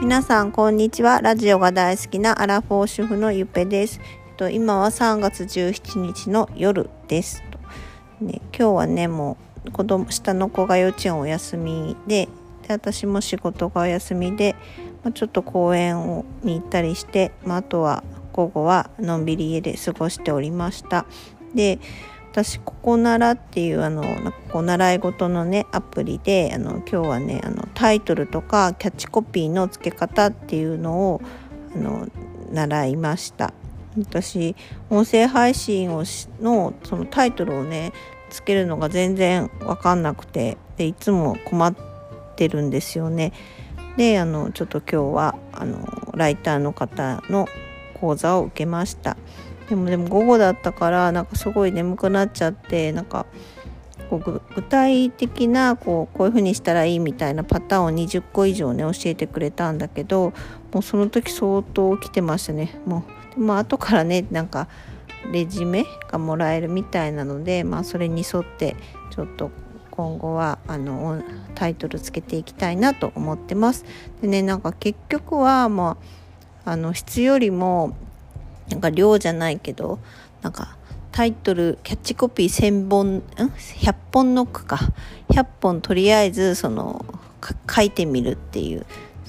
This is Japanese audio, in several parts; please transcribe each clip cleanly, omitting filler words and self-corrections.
皆さんこんにちは。ラジオが大好きなアラフォー主婦のゆっぺです。今は3月17日の夜です。今日はね、もう下の子が幼稚園お休みで、私も仕事がお休みで、ちょっと公園に行ったりして、あとは午後はのんびり家で過ごしておりました。で、私ここならっていう習い事のねアプリで今日はねタイトルとかキャッチコピーの付け方っていうのを習いました。私音声配信のそのタイトルをねつけるのが全然分かんなくて、でいつも困ってるんですよね。でちょっと今日はライターの方の講座を受けました。でも午後だったからすごい眠くなっちゃって、具体的なこういう風にしたらいいみたいなパターンを20個以上ね教えてくれたんだけど、もうその時相当来てましたね。でも後からねレジュメがもらえるみたいなので、それに沿ってちょっと今後はタイトルつけていきたいなと思ってます。でね、結局は質よりも量じゃないけどタイトルキャッチコピー100本ノックか100本とりあえず書いてみるっていう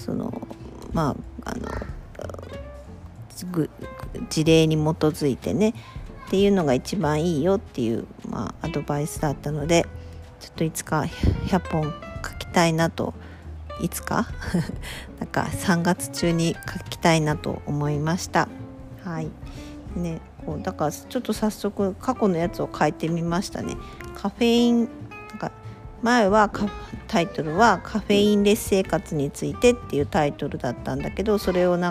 事例に基づいてねっていうのが一番いいよっていうアドバイスだったので、ちょっといつか100本書きたいなといつか3月中に書きたいなと思いました。はいね、だからちょっと早速過去のやつを書いてみましたね。カフェイン前はタイトルはカフェインレス生活についてっていうタイトルだったんだけど、それを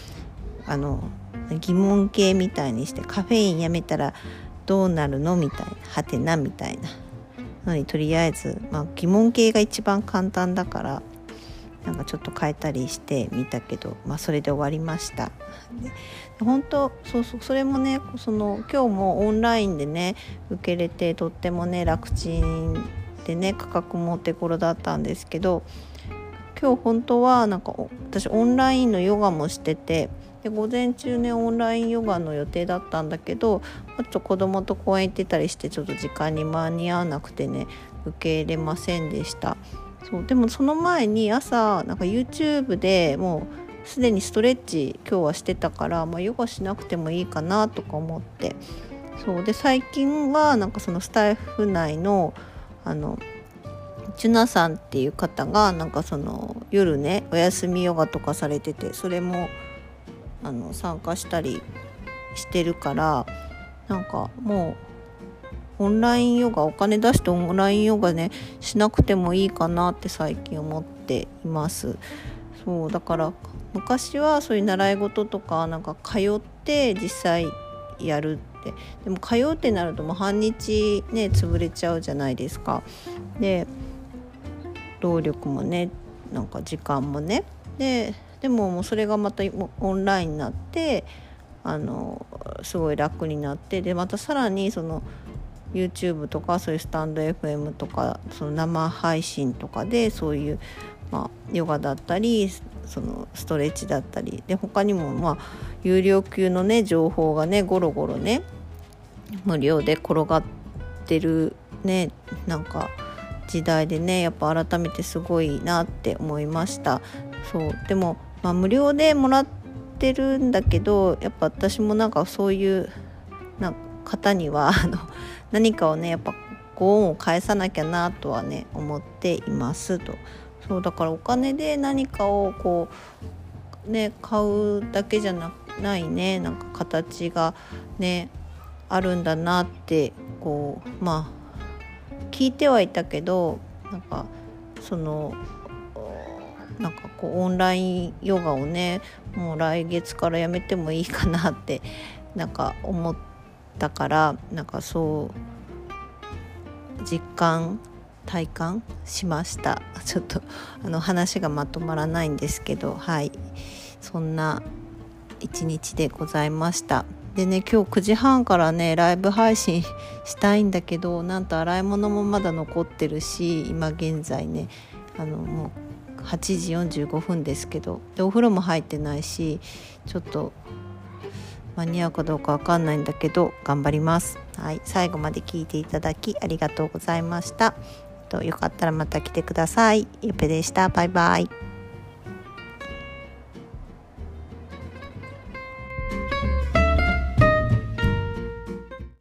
疑問形みたいにして、カフェインやめたらどうなるのみたいなはてなみたいなのに、とりあえず、疑問形が一番簡単だからちょっと変えたりしてみたけど、それで終わりました。本当それもね今日もオンラインでね受けれて、とってもね楽ちんでね価格もお手頃だったんですけど、今日本当は私オンラインのヨガもしてて、で午前中ねオンラインヨガの予定だったんだけど、ちょっと子供と公園行ってたりしてちょっと時間に間に合わなくてね受け入れませんでした。でもその前に朝YouTube でもうすでにストレッチ今日はしてたから、ヨガしなくてもいいかなとか思って、で最近はそのスタイフ内のチュナさんっていう方が夜ねお休みヨガとかされてて、それも参加したりしてるから、もうオンラインヨガお金出してオンラインヨガねしなくてもいいかなって最近思っています。だから昔はそういう習い事とか通って実際やるって、でも通うってなるともう半日ね潰れちゃうじゃないですか。で労力もね時間もねでももうそれがまたオンラインになってすごい楽になって、でまたさらにYouTube とかそういうスタンド FM とか生配信とかでそういうヨガだったりストレッチだったりで、他にも有料級のね情報がねゴロゴロね無料で転がってるね時代でね、やっぱ改めてすごいなって思いました。でも無料でもらってるんだけど、やっぱ私もそういう方には何かをねやっぱご恩を返さなきゃなとはね思っていますと。だからお金で何かを買うだけじゃないね形がねあるんだなって聞いてはいたけど、オンラインヨガをねもう来月からやめてもいいかなって思ったから、実感体感しました。ちょっと話がまとまらないんですけど、そんな一日でございました。でね、今日9時半からねライブ配信したいんだけど、なんと洗い物もまだ残ってるし、今現在ねもう 8時45分ですけど、でお風呂も入ってないしちょっと間に合うかどうか分かんないんだけど頑張ります。はい、最後まで聞いていただきありがとうございました。よかったらまた来てください。ゆっぺでした。バイバイ。